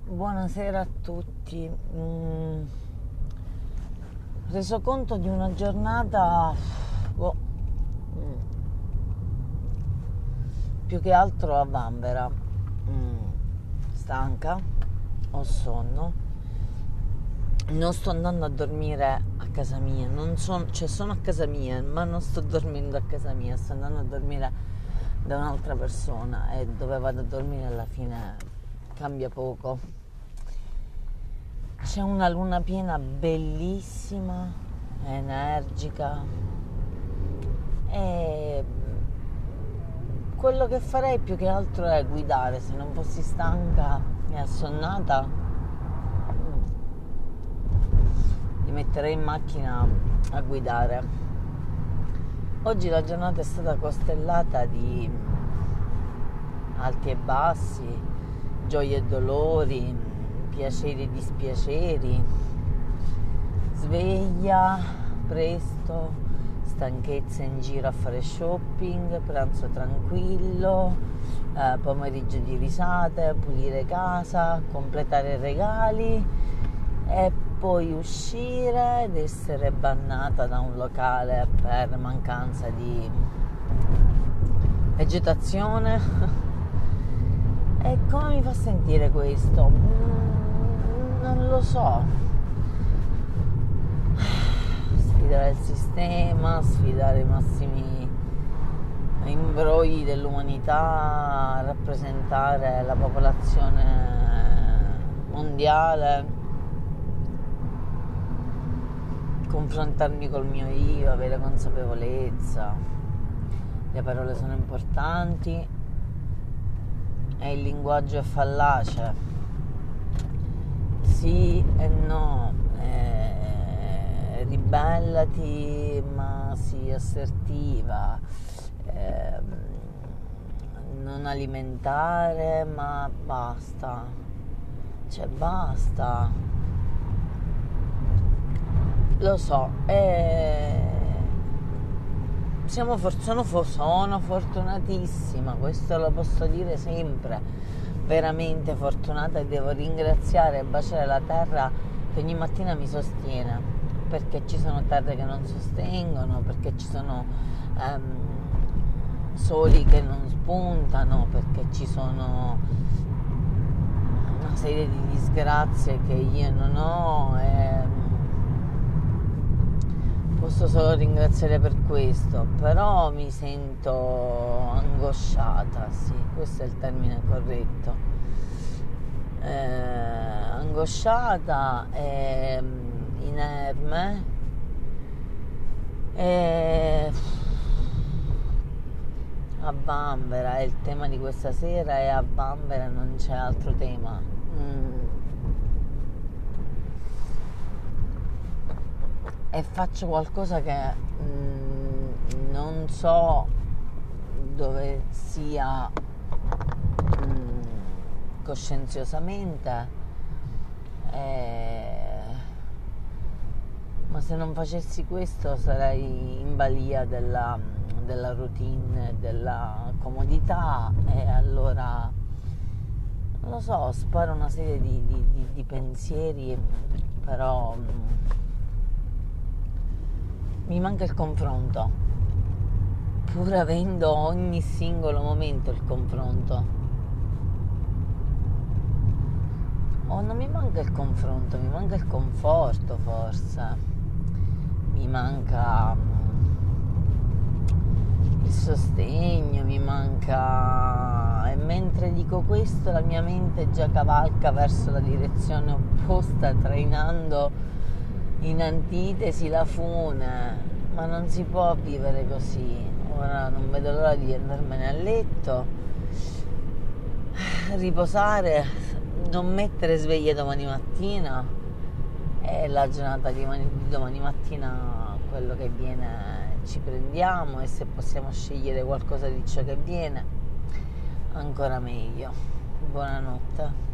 Buonasera a tutti. Reso conto di una giornata più che altro a vanvera, stanca, ho sonno, non sto andando a dormire a casa mia, sono a casa mia, ma non sto dormendo a casa mia, sto andando a dormire da un'altra persona e dove vado a dormire alla fine cambia poco. C'è una luna piena bellissima, energica e quello che farei più che altro è guidare. Se non fossi stanca e assonnata mi metterei in macchina a guidare. Oggi la giornata è stata costellata di alti e bassi, gioie e dolori, piaceri e dispiaceri, sveglia presto, stanchezza in giro a fare shopping, pranzo tranquillo, pomeriggio di risate, pulire casa, completare regali e poi uscire ed essere bannata da un locale per mancanza di vegetazione. E come mi fa sentire questo? Non lo so. Sfidare il sistema, sfidare i massimi imbrogli dell'umanità, rappresentare la popolazione mondiale, confrontarmi col mio io, avere consapevolezza. Le parole sono importanti e il linguaggio è fallace. Sì e no, ribellati ma sii assertiva, non alimentare ma basta, cioè basta, lo so, sono fortunatissima, questo lo posso dire sempre, veramente fortunata, e devo ringraziare e baciare la terra che ogni mattina mi sostiene, perché ci sono terre che non sostengono, perché ci sono soli che non spuntano, perché ci sono una serie di disgrazie che io non ho e posso solo ringraziare per questo. Però mi sento angosciata, sì, questo è il termine corretto, angosciata e inerme e a vanvera. E il tema di questa sera è a vanvera, non c'è altro tema. E faccio qualcosa che non so dove sia coscienziosamente, ma se non facessi questo sarei in balia della routine, della comodità, e allora non lo so, sparo una serie di pensieri, però mi manca il confronto, pur avendo ogni singolo momento il confronto. O non mi manca il confronto, mi manca il conforto, forse mi manca il sostegno, mi manca. E mentre dico questo la mia mente già cavalca verso la direzione opposta, trainando in antitesi la fune. Ma non si può vivere così. Ora non vedo l'ora di andarmene a letto, riposare, non mettere sveglie domani mattina, e la giornata di domani mattina, quello che viene ci prendiamo, e se possiamo scegliere qualcosa di ciò che viene ancora meglio. Buonanotte.